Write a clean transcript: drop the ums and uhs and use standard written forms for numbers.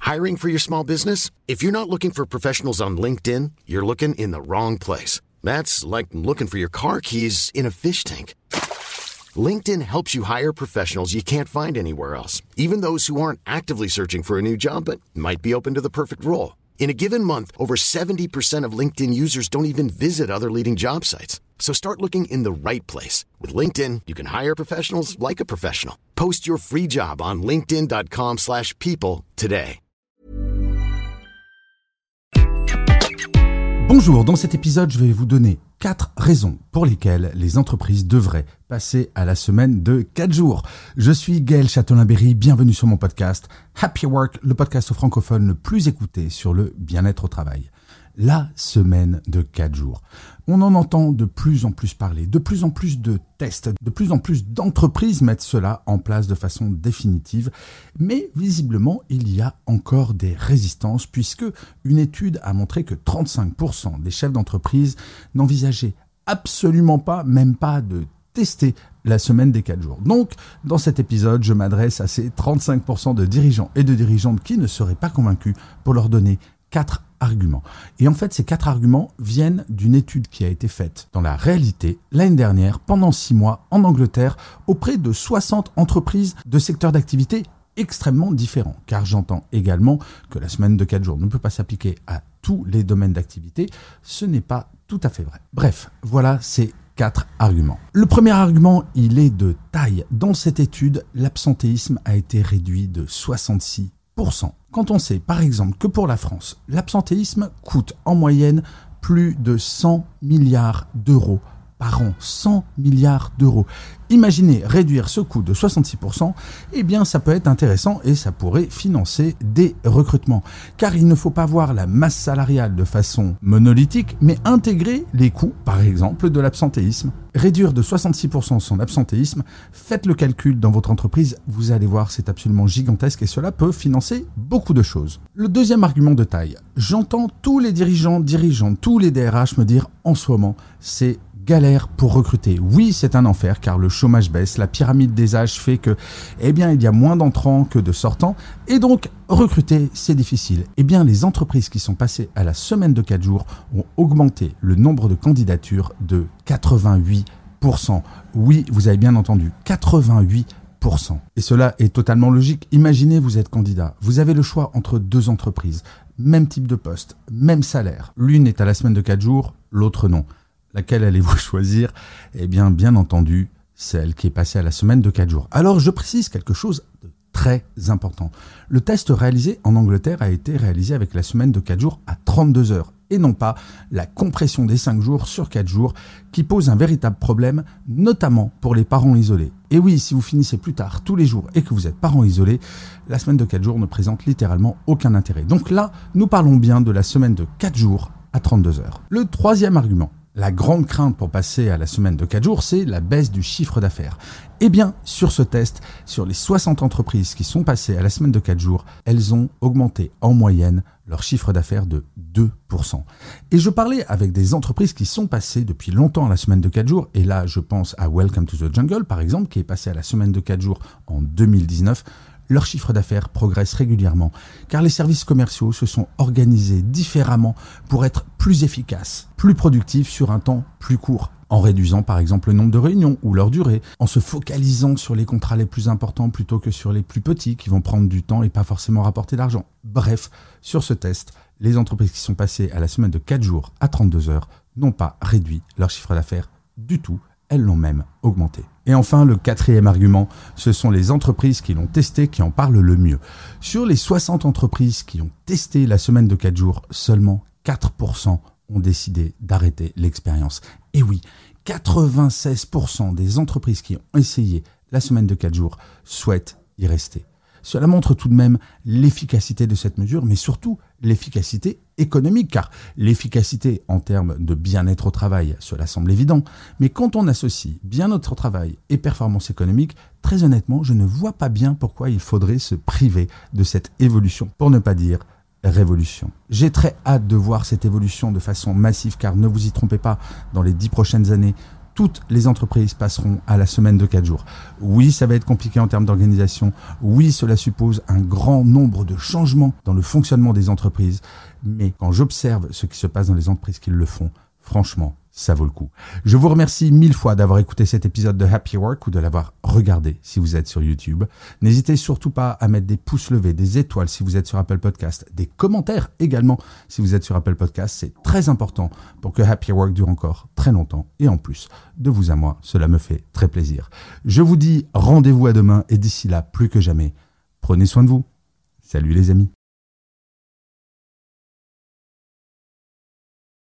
Hiring for your small business? If you're not looking for professionals on LinkedIn, you're looking in the wrong place. That's like looking for your car keys in a fish tank. LinkedIn helps you hire professionals you can't find anywhere else, even those who aren't actively searching for a new job but might be open to the perfect role. In a given month, over 70% of LinkedIn users don't even visit other leading job sites. So start looking in the right place. With LinkedIn, you can hire professionals like a professional. Post your free job on linkedin.com/people today. Bonjour, dans cet épisode, je vais vous donner 4 raisons pour lesquelles les entreprises devraient passer à la semaine de 4 jours. Je suis Gaël Châtelain-Berry, bienvenue sur mon podcast Happy Work, le podcast francophone le plus écouté sur le bien-être au travail. La semaine de 4 jours. On en entend de plus en plus parler, de plus en plus de tests, de plus en plus d'entreprises mettent cela en place de façon définitive. Mais visiblement, il y a encore des résistances puisque une étude a montré que 35% des chefs d'entreprise n'envisageaient absolument pas, même pas de tester la semaine des 4 jours. Donc, dans cet épisode, je m'adresse à ces 35% de dirigeants et de dirigeantes qui ne seraient pas convaincus pour leur donner 4 arguments. Et en fait, ces 4 arguments viennent d'une étude qui a été faite dans la réalité l'année dernière, pendant 6 mois, en Angleterre, auprès de 60 entreprises de secteurs d'activité extrêmement différents. Car j'entends également que la semaine de 4 jours ne peut pas s'appliquer à tous les domaines d'activité. Ce n'est pas tout à fait vrai. Bref, voilà ces 4 arguments. Le premier argument, il est de taille. Dans cette étude, l'absentéisme a été réduit de 66%. Quand on sait, par exemple, que pour la France, l'absentéisme coûte en moyenne plus de 100 milliards d'euros par an. 100 milliards d'euros. Imaginez réduire ce coût de 66%, eh bien ça peut être intéressant et ça pourrait financer des recrutements. Car il ne faut pas voir la masse salariale de façon monolithique, mais intégrer les coûts, par exemple, de l'absentéisme. Réduire de 66% son absentéisme, faites le calcul dans votre entreprise, vous allez voir, c'est absolument gigantesque et cela peut financer beaucoup de choses. Le deuxième argument de taille, j'entends tous les dirigeantes, tous les DRH me dire en ce moment, c'est galère pour recruter. Oui, c'est un enfer car le chômage baisse, la pyramide des âges fait que, il y a moins d'entrants que de sortants et donc recruter, c'est difficile. Les entreprises qui sont passées à la semaine de 4 jours ont augmenté le nombre de candidatures de 88%. Oui, vous avez bien entendu, 88%. Et cela est totalement logique. Imaginez, vous êtes candidat, vous avez le choix entre 2 entreprises, même type de poste, même salaire. L'une est à la semaine de 4 jours, l'autre non. Laquelle allez-vous choisir ? Bien entendu, celle qui est passée à la semaine de 4 jours. Alors, je précise quelque chose de très important. Le test réalisé en Angleterre a été réalisé avec la semaine de 4 jours à 32 heures et non pas la compression des 5 jours sur 4 jours qui pose un véritable problème, notamment pour les parents isolés. Et oui, si vous finissez plus tard tous les jours et que vous êtes parent isolé, la semaine de 4 jours ne présente littéralement aucun intérêt. Donc là, nous parlons bien de la semaine de 4 jours à 32 heures. Le troisième argument. La grande crainte pour passer à la semaine de 4 jours, c'est la baisse du chiffre d'affaires. Sur ce test, sur les 60 entreprises qui sont passées à la semaine de 4 jours, elles ont augmenté en moyenne leur chiffre d'affaires de 2%. Et je parlais avec des entreprises qui sont passées depuis longtemps à la semaine de 4 jours, et là je pense à Welcome to the Jungle par exemple, qui est passé à la semaine de 4 jours en 2019. Leur chiffre d'affaires progresse régulièrement car les services commerciaux se sont organisés différemment pour être plus efficaces, plus productifs sur un temps plus court, en réduisant par exemple le nombre de réunions ou leur durée, en se focalisant sur les contrats les plus importants plutôt que sur les plus petits qui vont prendre du temps et pas forcément rapporter d'argent. Bref, sur ce test, les entreprises qui sont passées à la semaine de 4 jours à 32 heures n'ont pas réduit leur chiffre d'affaires du tout. Elles l'ont même augmenté. Et enfin, le quatrième argument, ce sont les entreprises qui l'ont testé qui en parlent le mieux. Sur les 60 entreprises qui ont testé la semaine de 4 jours, seulement 4% ont décidé d'arrêter l'expérience. Et oui, 96% des entreprises qui ont essayé la semaine de 4 jours souhaitent y rester. Cela montre tout de même l'efficacité de cette mesure, mais surtout l'efficacité économique, car l'efficacité en termes de bien-être au travail, cela semble évident, mais quand on associe bien-être au travail et performance économique, très honnêtement, je ne vois pas bien pourquoi il faudrait se priver de cette évolution, pour ne pas dire révolution. J'ai très hâte de voir cette évolution de façon massive, car ne vous y trompez pas, dans les 10 prochaines années, toutes les entreprises passeront à la semaine de 4 jours. Oui, ça va être compliqué en termes d'organisation. Oui, cela suppose un grand nombre de changements dans le fonctionnement des entreprises. Mais quand j'observe ce qui se passe dans les entreprises qui le font, franchement, ça vaut le coup. Je vous remercie 1000 fois d'avoir écouté cet épisode de Happy Work ou de l'avoir regardé si vous êtes sur YouTube. N'hésitez surtout pas à mettre des pouces levés, des étoiles si vous êtes sur Apple Podcast, des commentaires également si vous êtes sur Apple Podcast. C'est très important pour que Happy Work dure encore très longtemps. Et en plus, de vous à moi, cela me fait très plaisir. Je vous dis rendez-vous à demain et d'ici là, plus que jamais, prenez soin de vous. Salut les amis.